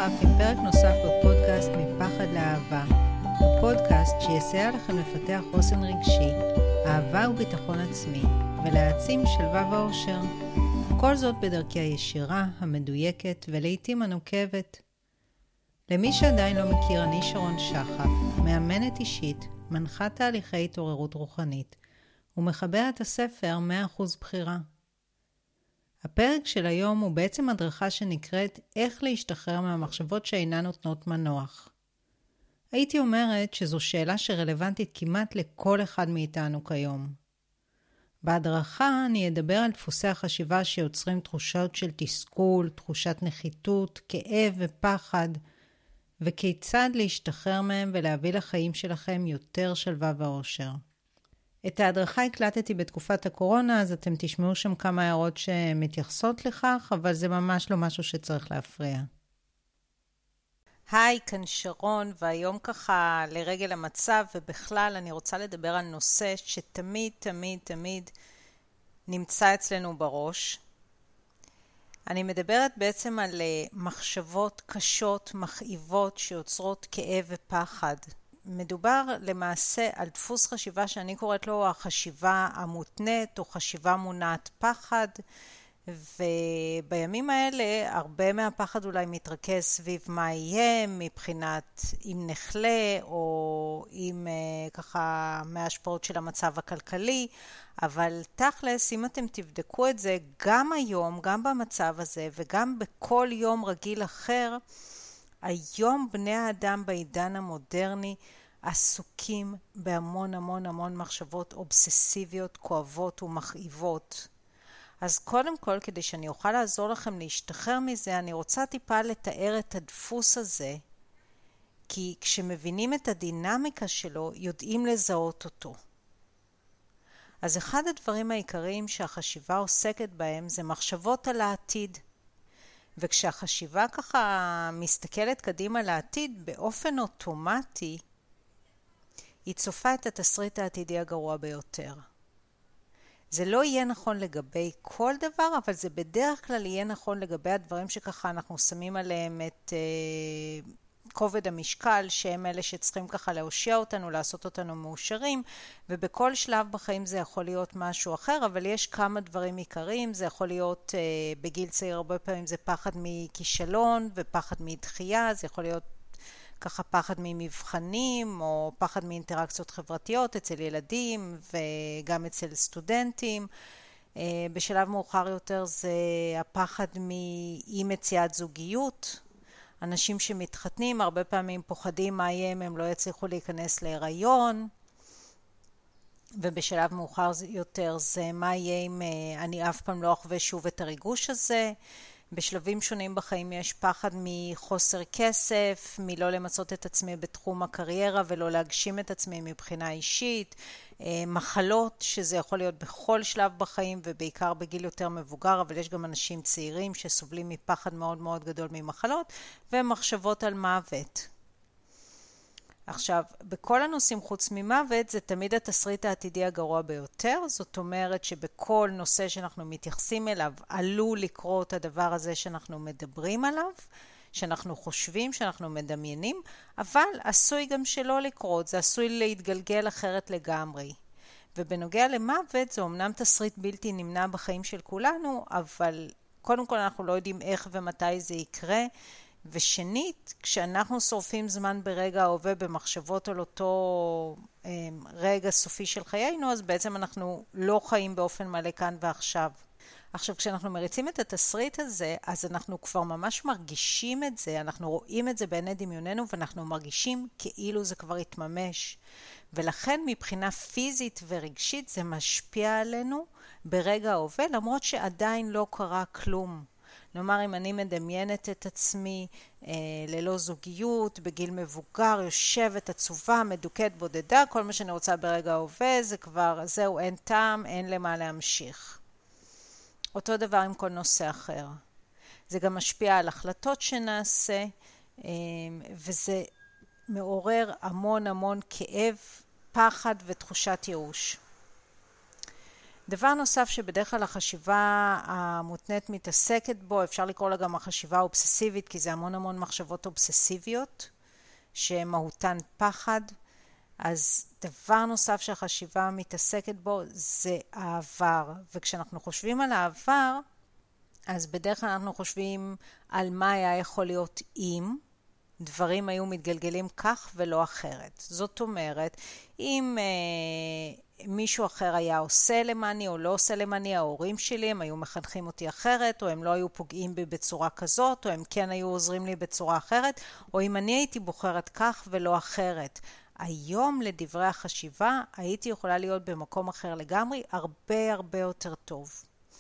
שחף עם פרק נוסף בפודקאסט מפחד לאהבה. הפודקאסט שיסייע לכם לפתח חוסן רגשי, אהבה וביטחון עצמי, ולהעצים שלווה ואושר. כל זאת בדרכי הישירה, המדויקת ולעיתים הנוקבת. למי שעדיין לא מכיר, אני שרון שחף, מאמנת אישית, מנחת תהליכי התעוררות רוחנית, ומחברת הספר 100% בחירה. הפרק של היום הוא בעצם הדרכה שנקראת איך להשתחרר מהמחשבות שאינן נותנות מנוח. הייתי אומרת שזו שאלה שרלוונטית כמעט לכל אחד מאיתנו כיום. בהדרכה אני אדבר על דפוסי החשיבה שיוצרים תחושות של תסכול, תחושת נחיתות, כאב ופחד, וכיצד להשתחרר מהם ולהביא לחיים שלכם יותר שלווה ואושר. את ההדרכה הקלטתי בתקופת הקורונה, אז אתם תשמעו שם כמה הערות שמתייחסות לכך, אבל זה ממש לא משהו שצריך להפריע. היי, כאן שרון, והיום ככה לרגל המצב, ובכלל אני רוצה לדבר על נושא שתמיד נמצא אצלנו בראש. אני מדברת בעצם על מחשבות קשות, מכאיבות, שיוצרות כאב ופחד. מדובר למעשה על דפוס חשיבה שאני קוראת לו החשיבה המותנית או חשיבה מונעת פחד, ובימים האלה הרבה מהפחד אולי מתרכז סביב מה יהיה מבחינת אם נחלה או אם ככה מההשפעות של המצב הכלכלי, אבל תכלס אם אתם תבדקו את זה גם היום, גם במצב הזה וגם בכל יום רגיל אחר, היום בני האדם בעידן המודרני עסוקים בהמון מחשבות אובססיביות, כואבות ומכאיבות. אז קודם כל, כדי שאני אוכל לעזור לכם להשתחרר מזה, אני רוצה טיפה לתאר את הדפוס הזה, כי כשמבינים את הדינמיקה שלו, יודעים לזהות אותו. אז אחד הדברים העיקריים שהחשיבה עוסקת בהם זה מחשבות על העתיד. וכשהחשיבה ככה מסתכלת קדימה לעתיד, באופן אוטומטי, היא צופה את התסריט העתידי הגרוע ביותר. זה לא יהיה נכון לגבי כל דבר, אבל זה בדרך כלל יהיה נכון לגבי הדברים שככה אנחנו שמים עליהם את כובד המשקל, שהם אלה שצריכים ככה להושיע אותנו, לעשות אותנו מאושרים, ובכל שלב בחיים זה יכול להיות משהו אחר, אבל יש כמה דברים עיקריים. זה יכול להיות בגיל צעיר הרבה פעמים זה פחד מכישלון ופחד מדחייה, זה יכול להיות ככה פחד ממבחנים או פחד מאינטראקציות חברתיות אצל ילדים וגם אצל סטודנטים. בשלב מאוחר יותר זה הפחד מאי מציאת זוגיות. אנשים שמתחתנים הרבה פעמים פוחדים מה יהיה אם הם לא יצליחו להיכנס להיריון. ובשלב מאוחר יותר זה מה יהיה אם אני אף פעם לא אחווה שוב את הריגוש הזה. בשלבים שונים בחיים יש פחד מחוסר כסף, מלא למצות את עצמי בתחום הקריירה ולא להגשים את עצמי מבחינה אישית, מחלות שזה יכול להיות בכל שלב בחיים ובעיקר בגיל יותר מבוגר, אבל יש גם אנשים צעירים שסובלים מפחד מאוד גדול ממחלות, ומחשבות על מוות. עכשיו, בכל הנושאים חוץ ממוות זה תמיד התסריט העתידי הגרוע ביותר, זאת אומרת שבכל נושא שאנחנו מתייחסים אליו עלול לקרות הדבר הזה שאנחנו מדברים עליו, שאנחנו חושבים, שאנחנו מדמיינים, אבל עשוי גם שלא לקרות, זה עשוי להתגלגל אחרת לגמרי. ובנוגע למוות זה אומנם תסריט בלתי נמנע בחיים של כולנו, אבל קודם כל אנחנו לא יודעים איך ומתי זה יקרה, ושנית, כשאנחנו שורפים זמן ברגע ההווה במחשבות על אותו רגע סופי של חיינו, אז בעצם אנחנו לא חיים באופן מלא כאן ועכשיו. עכשיו, כשאנחנו מריצים את התסריט הזה, אז אנחנו כבר ממש מרגישים את זה, אנחנו רואים את זה בעיני דמיוננו, ואנחנו מרגישים כאילו זה כבר התממש. ולכן מבחינה פיזית ורגשית זה משפיע עלינו ברגע ההווה, למרות שעדיין לא קרה כלום. נאמר, אם אני מדמיינת את עצמי ללא זוגיות, בגיל מבוגר, יושבת עצובה, מדוכאת, בודדה, כל מה שאני רוצה ברגע ההווה, זה כבר, זהו, אין טעם, אין למה להמשיך. אותו דבר עם כל נושא אחר. זה גם משפיע על החלטות שנעשה, וזה מעורר המון כאב, פחד ותחושת ייאוש. דבר נוסף שבדרך כלל החשיבה המותנית מתעסקת בו, אפשר לקרוא לה גם החשיבה האובססיבית, כי זה המון מחשבות אובססיביות, שמהותן פחד. אז דבר נוסף שהחשיבה מתעסקת בו זה העבר. וכשאנחנו חושבים על העבר, אז בדרך כלל אנחנו חושבים על מה היה יכול להיות אם דברים היו מתגלגלים כך ולא אחרת. זאת אומרת, אם מישהו אחר היה עושה למעני או לא עושה למעני, ההורים שלי הם היו מחנכים אותי אחרת, או הם לא היו פוגעים בי בצורה כזאת, או הם כן היו עוזרים לי בצורה אחרת, או אם אני הייתי בוחרת כך ולא אחרת. היום לדברי החשיבה הייתי יכולה להיות במקום אחר לגמרי, הרבה יותר טוב.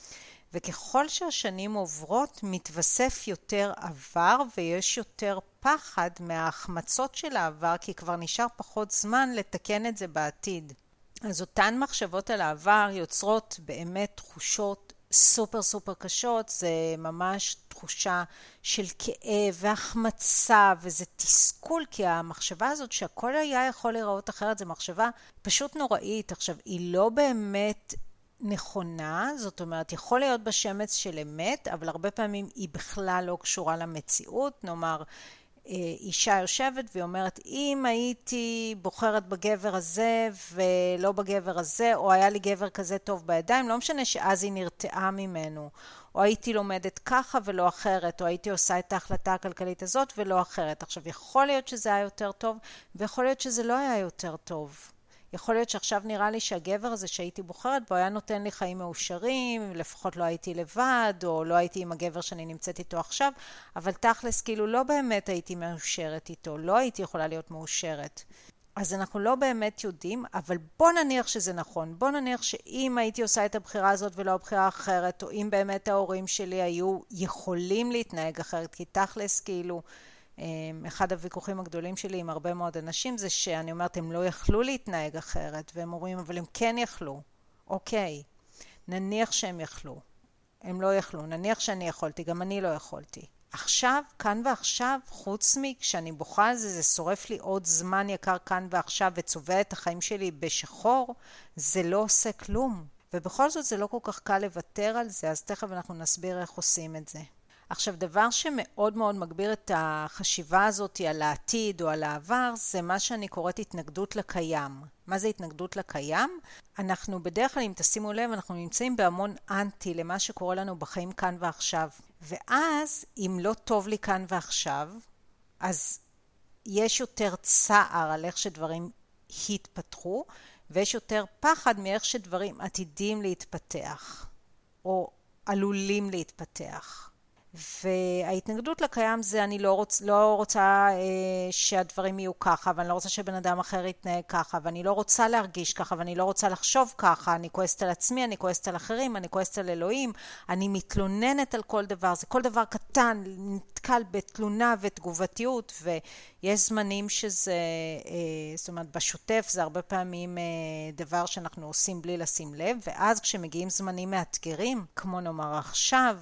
וככל שהשנים עוברות מתווסף יותר עבר ויש יותר פחד מההחמצות של העבר, כי כבר נשאר פחות זמן לתקן את זה בעתיד. אז אותן מחשבות על העבר יוצרות באמת תחושות סופר קשות, זה ממש תחושה של כאב והחמצה, וזה תסכול, כי המחשבה הזאת שהכל היה יכול להיראות אחרת, זה מחשבה פשוט נוראית. עכשיו, היא לא באמת נכונה, זאת אומרת, יכול להיות בשמץ של אמת, אבל הרבה פעמים היא בכלל לא קשורה למציאות. נאמר, אישה יושבת והיא אומרת, אם הייתי בוחרת בגבר הזה ולא בגבר הזה, או היה לי גבר כזה טוב בידיים, לא משנה שאז היא נרתעה ממנו, או הייתי לומדת ככה ולא אחרת, או הייתי עושה את ההחלטה הכלכלית הזאת ולא אחרת. עכשיו, יכול להיות שזה היה יותר טוב, ויכול להיות שזה לא היה יותר טוב. יכול להיות שעכשיו נראה לי שהגבר הזה שהייתי בוחרת בו היה נותן לי חיים מאושרים, לפחות לא הייתי לבד, או לא הייתי עם הגבר שאני נמצאת איתו עכשיו, אבל תכלס כאילו לא באמת הייתי מאושרת איתו, לא הייתי יכולה להיות מאושרת. אז אנחנו לא באמת יודעים, אבל בוא נניח שזה נכון. בוא נניח שאם הייתי עושה את הבחירה הזאת ולא הבחירה אחרת, או אם באמת ההורים שלי היו יכולים להתנהג אחרת, כי תכלס כאילו אחד הוויכוחים הגדולים שלי עם הרבה מאוד אנשים זה שאני אומרת, הם לא יכלו להתנהג אחרת, והם אומרים, אבל הם כן יכלו. אוקיי, נניח שהם יכלו. הם לא יכלו, נניח שאני יכולתי, גם אני לא יכולתי. עכשיו, כאן ועכשיו, חוץ מכשאני בוכה על זה, זה שורף לי עוד זמן יקר כאן ועכשיו, וצובע את החיים שלי בשחור, זה לא עושה כלום. ובכל זאת זה לא כל כך קל לוותר על זה, אז תכף אנחנו נסביר איך עושים את זה. עכשיו, דבר שמאוד מגביר את החשיבה הזאת על העתיד או על העבר, זה מה שאני קוראת התנגדות לקיים. מה זה התנגדות לקיים? אנחנו בדרך כלל, אם תשימו לב, אנחנו נמצאים בהמון אנטי למה שקורה לנו בחיים כאן ועכשיו. ואז, אם לא טוב לי כאן ועכשיו, אז יש יותר צער על איך שדברים התפתחו, ויש יותר פחד מאיך שדברים עתידים להתפתח, או עלולים להתפתח. וההתנגדות לקיים זה אני לא רוצה שהדברים יהיו ככה, ואני לא רוצה שבן אדם אחר יתנהג ככה, ואני לא רוצה להרגיש ככה, ואני לא רוצה לחשוב ככה, אני כועסת על עצמי, אני כועסת על אחרים, אני כועסת על אלוהים, אני מתלוננת על כל דבר, זה כל דבר קטן, נתקל בתלונה ותגובתיות, ויש זמנים שזה, זאת אומרת, בשוטף זה הרבה פעמים דבר שאנחנו עושים בלי לשים לב, ואז כשמגיעים זמנים מאתגרים, כמו נאמר עכשיו,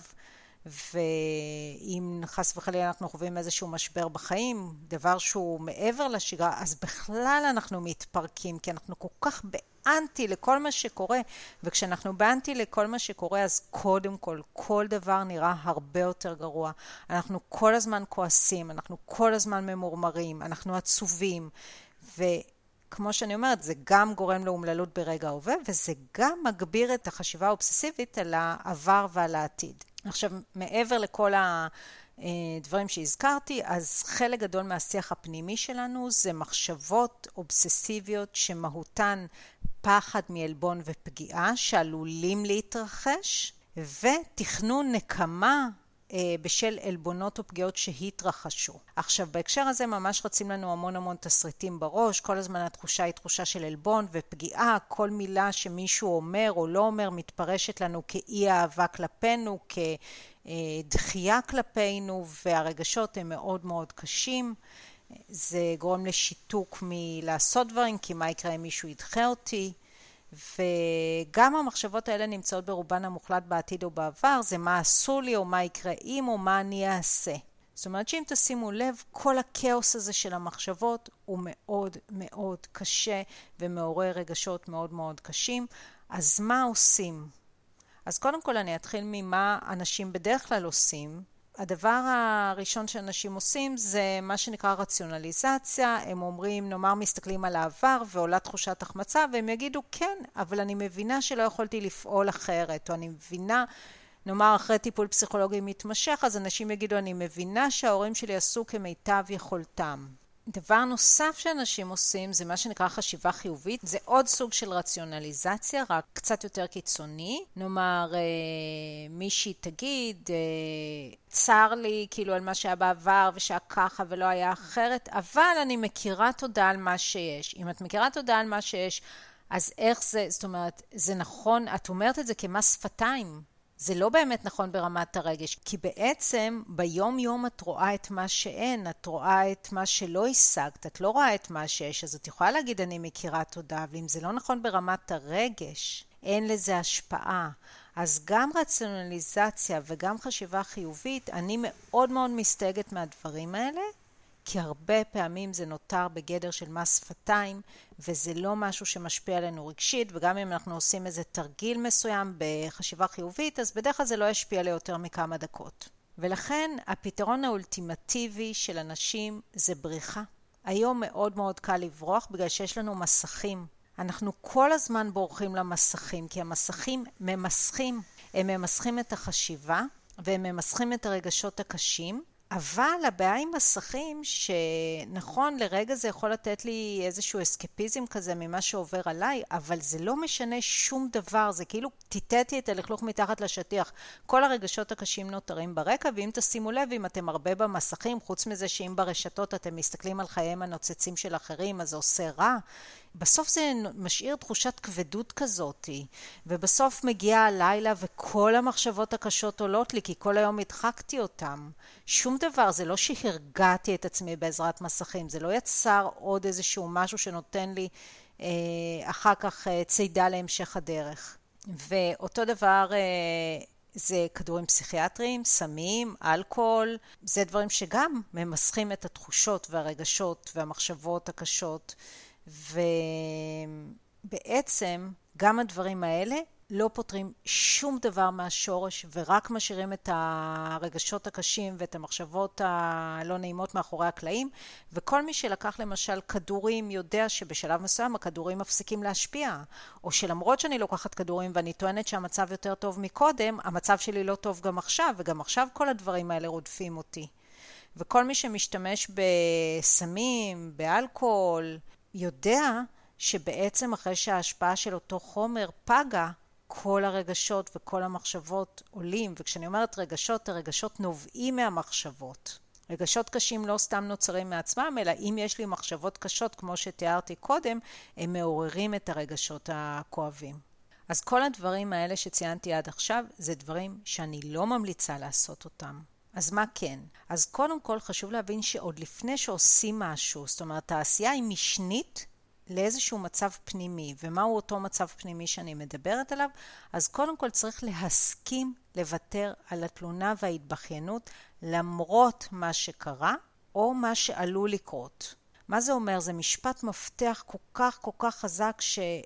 ואם חס וחלילה אנחנו חווים איזשהו משבר בחיים, דבר שהוא מעבר לשגרה, אז בכלל אנחנו מתפרקים, כי אנחנו כל כך באנטי לכל מה שקורה, וכשאנחנו באנטי לכל מה שקורה, אז קודם כל דבר נראה הרבה יותר גרוע. אנחנו כל הזמן כועסים, אנחנו כל הזמן ממורמרים, אנחנו עצובים, כמו שאני אומרת, זה גם גורם לאומללות ברגע ההווה, וזה גם מגביר את החשיבה האובססיבית על העבר ועל העתיד. עכשיו, מעבר לכל הדברים שהזכרתי, אז חלק גדול מהשיח הפנימי שלנו זה מחשבות אובססיביות שמהותן פחד מעלבון ופגיעה שעלולים להתרחש, ותכנון נקמה בשל עלבונות או פגיעות שהתרחשו. עכשיו, בהקשר הזה ממש רצים לנו המון תסריטים בראש, כל הזמן התחושה היא תחושה של עלבון ופגיעה, כל מילה שמישהו אומר או לא אומר מתפרשת לנו כאי אהבה כלפינו, כדחייה כלפינו, והרגשות הם מאוד קשים. זה גורם לשיתוק מלעשות דברים, כי מה יקרה אם מישהו ידחה אותי, וגם המחשבות האלה נמצאות ברובן המוחלט בעתיד או בעבר, זה מה עשו לי או מה יקרה אם או מה אני אעשה. זאת אומרת שאם תשימו לב, כל הכאוס הזה של המחשבות הוא מאוד קשה ומעורר רגשות מאוד קשים. אז מה עושים? אז קודם כל אני אתחיל ממה אנשים בדרך כלל עושים. הדבר הראשון שאנשים עושים זה מה שנקרא רציונליזציה. הם אומרים, נאמר מסתכלים על העבר ועולה תחושת החמצה, והם יגידו כן, אבל אני מבינה שלא יכולתי לפעול אחרת, או אני מבינה, נאמר אחרי טיפול פסיכולוגי מתמשך, אז אנשים יגידו, אני מבינה שההורים שלי עשו כמיטב יכולתם. דבר נוסף שאנשים עושים זה מה שנקרא חשיבה חיובית. זה עוד סוג של רציונליזציה, רק קצת יותר קיצוני. נאמר, מישהי תגיד, צר לי כאילו על מה שהיה בעבר ושהיה ככה ולא היה אחרת, אבל אני מכירה תודה על מה שיש. אם את מכירה תודה על מה שיש, אז איך זה, זאת אומרת, זה נכון, את אומרת את זה כמס שפתיים. זה לא באמת נכון ברמת הרגש, כי בעצם ביום יום את רואה את מה שאין, את רואה את מה שלא השגת, את לא רואה את מה שיש, אז את יכולה להגיד אני מכירה תודה, ואם זה לא נכון ברמת הרגש, אין לזה השפעה. אז גם רציונליזציה וגם חשיבה חיובית, אני מאוד מאוד מסתייגת מהדברים האלה, כי הרבה פעמים זה נותר בגדר של מס שפתיים, וזה לא משהו שמשפיע עלינו רגשית, וגם אם אנחנו עושים איזה תרגיל מסוים בחשיבה חיובית, אז בדרך כלל זה לא ישפיע לי יותר מכמה דקות. ולכן הפתרון האולטימטיבי של אנשים זה בריחה. היום מאוד מאוד קל לברוח בגלל שיש לנו מסכים. אנחנו כל הזמן בורחים למסכים, כי המסכים ממסכים. הם ממסכים את החשיבה, והם ממסכים את הרגשות הקשים, אבל הבעיה עם מסכים שנכון לרגע זה יכול לתת לי איזשהו אסקפיזם כזה ממה שעובר עליי, אבל זה לא משנה שום דבר, זה כאילו טיטטי את הלכלוך מתחת לשטיח. כל הרגשות הקשים נותרים ברקע, ואם תשימו לב, אם אתם הרבה במסכים, חוץ מזה שאם ברשתות אתם מסתכלים על חייהם הנוצצים של אחרים, אז זה עושה רע. בסוף זה משאיר תחושת כבדות כזאת, ובסוף מגיע הלילה וכל המחשבות הקשות עולות לי, כי כל היום הדחקתי אותם. שום דבר, זה לא שהרגעתי את עצמי בעזרת מסכים, זה לא יצר עוד איזשהו משהו שנותן לי אחר כך צידה להמשך הדרך. ואותו דבר זה כדורים פסיכיאטריים, סמים, אלכוהול, זה דברים שגם ממסכים את התחושות והרגשות והמחשבות הקשות, ובעצם גם הדברים האלה לא פותרים שום דבר מהשורש ורק משאירים את הרגשות הקשים ואת המחשבות הלא נעימות מאחורי הקלעים, וכל מי שלקח למשל כדורים יודע שבשלב מסוים הכדורים מפסיקים להשפיע, או שלמרות שאני לוקחת כדורים ואני טוענת שהמצב יותר טוב מקודם, המצב שלי לא טוב גם עכשיו, וגם עכשיו כל הדברים האלה רודפים אותי. וכל מי שמשתמש בסמים, באלכוהול, יודע שבעצם אחרי שההשפעה של אותו חומר פגה, כל הרגשות וכל המחשבות עולים, וכשאני אומרת רגשות, הרגשות נובעים מהמחשבות. רגשות קשים לא סתם נוצרים מעצמם, אלא אם יש לי מחשבות קשות כמו שתיארתי קודם, הם מעוררים את הרגשות הכואבים. אז כל הדברים האלה שציינתי עד עכשיו, זה דברים שאני לא ממליצה לעשות אותם. אז מה כן? אז קודם כל חשוב להבין שעוד לפני שעושים משהו, זאת אומרת העשייה היא משנית לאיזשהו מצב פנימי, ומהו אותו מצב פנימי שאני מדברת עליו, אז קודם כל צריך להסכים לוותר על התלונה וההתבכיינות למרות מה שקרה או מה שעלול לקרות. מה זה אומר? זה משפט מפתח כל כך חזק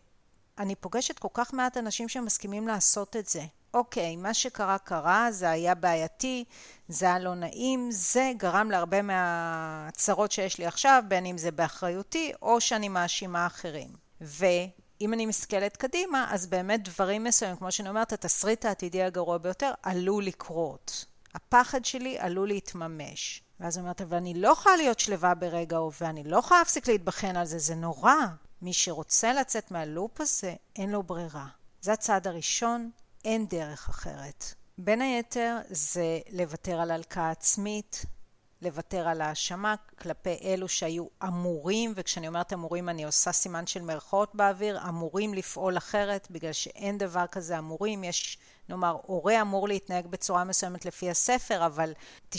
שאני פוגשת כל כך מעט אנשים שמסכימים לעשות את זה. אוקיי, מה שקרה קרה, זה היה בעייתי, זה היה לא נעים, זה גרם להרבה מהצרות שיש לי עכשיו, בין אם זה באחריותי או שאני מאשימה אחרים. ואם אני מסתכלת קדימה, אז באמת דברים מסוים, כמו שאני אומרת, התסריט העתידי הגרוע ביותר עלול לקרות. הפחד שלי עלול להתממש. ואז אני אומרת, אבל אני לא יכולה להיות שלווה ברגע ההווה, אני לא יכולה להפסיק להתבחן על זה, זה נורא. מי שרוצה לצאת מהלופ הזה, אין לו ברירה. זה הצעד הראשון. אין דרך אחרת. בין היתר זה לוותר על הלקאה עצמית, לוותר על האשמה כלפי אלו שהיו אמורים, וכשאני אומרת אמורים אני עושה סימן של מרכאות באוויר, אמורים לפעול אחרת, בגלל שאין דבר כזה אמורים. יש, נאמר, הורה אמור להתנהג בצורה מסוימת לפי הספר, אבל 99%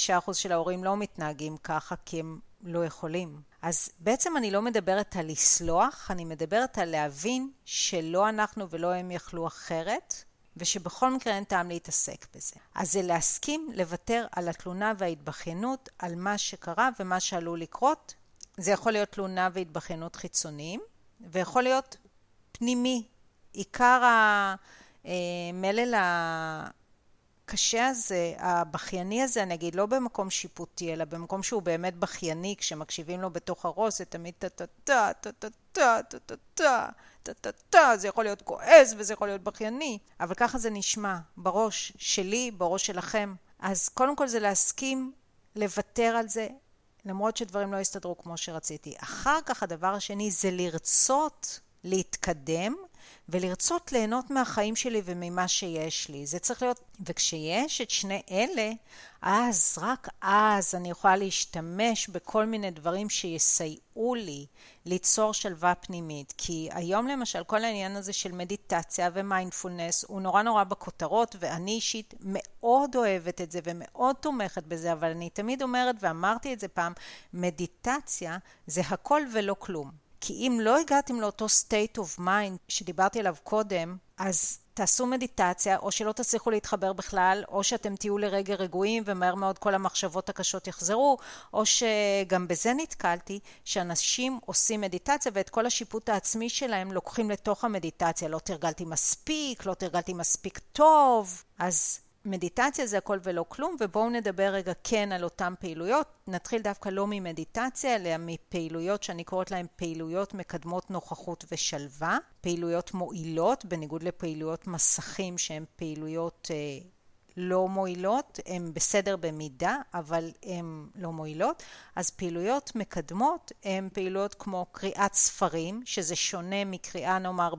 של ההורים לא מתנהגים ככה כי הם לא יכולים. אז בעצם אני לא מדברת על לסלוח, אני מדברת על להבין שלא אנחנו ולא הם יכלו אחרת, ושבכל מקרה אין טעם להתעסק בזה. אז זה להסכים לוותר על התלונה וההתבכיינות על מה שקרה ומה שעלול לקרות. זה יכול להיות תלונה והתבכיינות חיצוניים, ויכול להיות פנימי, עיקר המלל הקשה הזה, הבכייני הזה, אני אגיד, לא במקום שיפוטי, אלא במקום שהוא באמת בכייני, כשמקשיבים לו בתוך הראש, זה תמיד טה-טה-טה, טה-טה-טה, טה-טה-טה, טה-טה-טה, זה יכול להיות כועס וזה יכול להיות בכייני, אבל ככה זה נשמע, בראש שלי, בראש שלכם. אז קודם כל זה להסכים לוותר על זה, למרות שדברים לא יסתדרו כמו שרציתי. אחר כך הדבר השני זה לרצות להתקדם, ולרצות ליהנות מהחיים שלי וממה שיש לי. זה צריך להיות, וכשיש את שני אלה, אז רק אז אני יכולה להשתמש בכל מיני דברים שיסייעו לי ליצור שלווה פנימית. כי היום למשל כל העניין הזה של מדיטציה ומיינדפולנס הוא נורא נורא בכותרות, ואני אישית מאוד אוהבת את זה ומאוד תומכת בזה, אבל אני תמיד אומרת ואמרתי את זה פעם, מדיטציה זה הכל ולא כלום. כי אם לא הגעתם לאותו state of mind שדיברתי עליו קודם, אז תעשו מדיטציה, או שלא תצליחו להתחבר בכלל, או שאתם תהיו לרגע רגועים ומהר מאוד כל המחשבות הקשות יחזרו, או שגם בזה נתקלתי, שאנשים עושים מדיטציה ואת כל השיפוט העצמי שלהם לוקחים לתוך המדיטציה. לא תרגלתי מספיק, לא תרגלתי מספיק טוב, אז מדיטציה זה הכל ולא כלום, ובואו נדבר רגע כן על אותם פעילויות. נתחיל דווקא לא ממדיטציה, אלא מפעילויות שאני קוראת להן פעילויות מקדמות נוכחות ושלווה, פעילויות מועילות, בניגוד לפעילויות מסכים שהן פעילויות לא מועילות, הן בסדר במידה, אבל הן לא מועילות. אז פעילויות מקדמות הן פעילויות כמו קריאת ספרים, שזה שונה מקריאה נאמר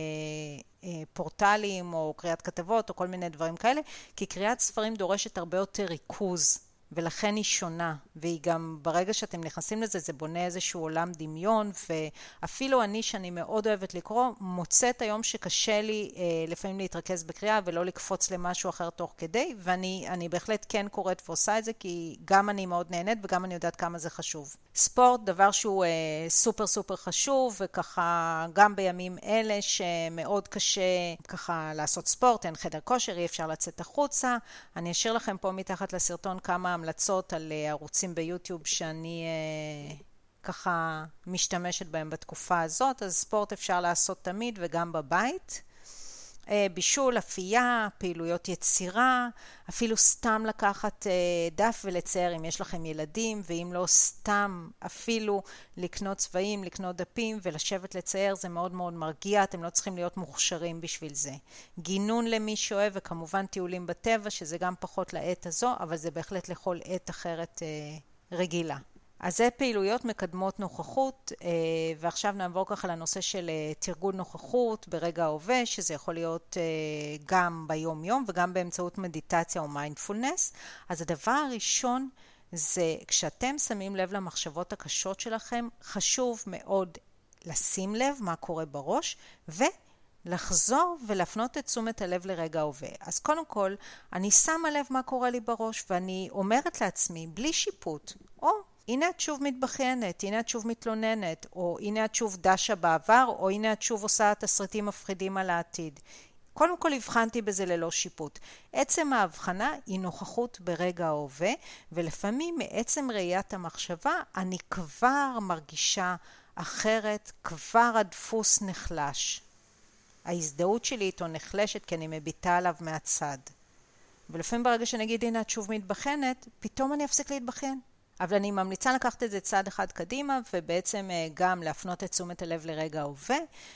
בפורטלים או קריאת כתבות או כל מיני דברים כאלה, כי קריאת ספרים דורשת הרבה יותר ריכוז, ולכן היא שונה, והיא גם ברגע שאתם נכנסים לזה, זה בונה איזשהו עולם דמיון, ואפילו אני שאני מאוד אוהבת לקרוא, מוצאת היום שקשה לי לפעמים להתרכז בקריאה ולא לקפוץ למשהו אחר תוך כדי, ואני בהחלט כן קוראת ועושה את זה, כי גם אני מאוד נהנית וגם אני יודעת כמה זה חשוב. ספורט, דבר שהוא סופר סופר חשוב, וככה גם בימים אלה שמאוד קשה ככה לעשות ספורט, אין חדר כושר, אי אפשר לצאת החוצה. אני אשאיר לכם פה מתחת לסרטון כמה המלצות על ערוצים ביוטיוב שאני ככה משתמשת בהם בתקופה הזאת. אז ספורט אפשר לעשות תמיד וגם בבית. בישול, אפייה, פעילויות יצירה, אפילו סתם לקחת דף ולצייר אם יש לכם ילדים, ואם לא סתם אפילו לקנות צבעים, לקנות דפים ולשבת לצייר, זה מאוד מאוד מרגיע, אתם לא צריכים להיות מוכשרים בשביל זה. גינון למי שאוהב, וכמובן טיולים בטבע, שזה גם פחות לעת הזו, אבל זה בהחלט לכל עת אחרת רגילה. אז זה פעילויות מקדמות נוכחות, ועכשיו נעבור ככה לנושא של תרגול נוכחות ברגע ההווה, שזה יכול להיות גם ביום יום וגם באמצעות מדיטציה או מיינדפולנס. אז הדבר הראשון זה כשאתם שמים לב למחשבות הקשות שלכם, חשוב מאוד לשים לב מה קורה בראש ולחזור ולהפנות את תשומת הלב לרגע ההווה. אז קודם כל אני שמה לב מה קורה לי בראש ואני אומרת לעצמי בלי שיפוט, הנה את שוב מתבחיינת, הנה את שוב מתלוננת, או הנה את שוב דשה בעבר, או הנה את שוב עושה תסריטים מפחידים על העתיד. קודם כל הבחנתי בזה ללא שיפוט. עצם ההבחנה היא נוכחות ברגע ההווה, ולפעמים מעצם ראיית המחשבה אני כבר מרגישה אחרת, כבר הדפוס נחלש. ההזדהות שלי איתו נחלשת כי אני מביטה עליו מהצד. ולפעמים ברגע שנגיד הנה את שוב מתבחיינת, פתאום אני אפסיק להתבחיין. אבל אני ממליצה לקחת את זה צעד אחד קדימה, ובעצם גם להפנות את תשומת הלב לרגע ההווה,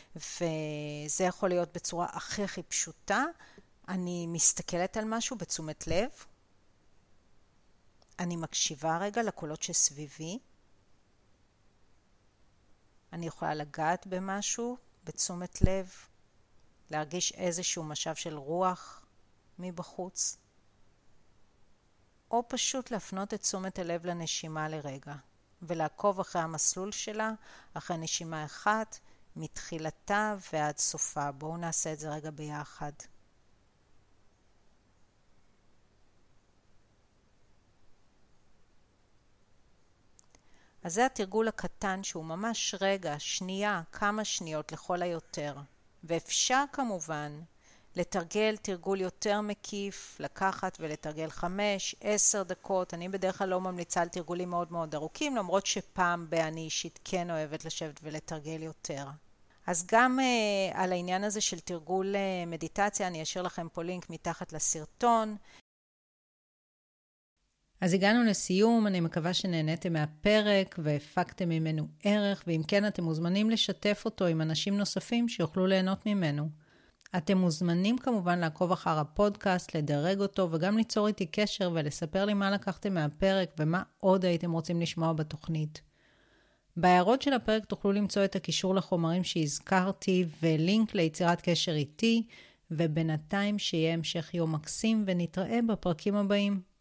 וזה יכול להיות בצורה הכי פשוטה. אני מסתכלת על משהו בתשומת לב, אני מקשיבה רגע לקולות שסביבי, אני יכולה לגעת במשהו בתשומת לב, להרגיש איזשהו משב של רוח מבחוץ, או פשוט להפנות את תשומת הלב לנשימה לרגע, ולעקוב אחרי המסלול שלה, אחרי נשימה אחת, מתחילתה ועד סופה. בואו נעשה את זה רגע ביחד. אז זה התרגול הקטן שהוא ממש רגע, שנייה, כמה שניות לכל היותר. ואפשר כמובן לתרגל תרגול יותר מקיף, לקחת ולתרגל 5-10 דקות. אני בדרך כלל לא ממליצה על תרגולים מאוד מאוד ארוכים, למרות שפעם אני אישית כן אוהבת לשבת ולתרגל יותר. אז גם על העניין הזה של תרגול מדיטציה, אני אשאיר לכם פה לינק מתחת לסרטון. אז הגענו לסיום, אני מקווה שנהניתם מהפרק והפקתם ממנו ערך, ואם כן אתם מוזמנים לשתף אותו עם אנשים נוספים שיוכלו ליהנות ממנו. אתם מוזמנים כמובן לעקוב אחר הפודקאסט, לדרג אותו וגם ליצור איתי קשר ולספר לי מה לקחתם מהפרק ומה עוד הייתם רוצים לשמוע בתוכנית. בהערות של הפרק תוכלו למצוא את הקישור לחומרים שהזכרתי ולינק ליצירת קשר איתי, ובינתיים שיהיה המשך יום מקסים ונתראה בפרקים הבאים.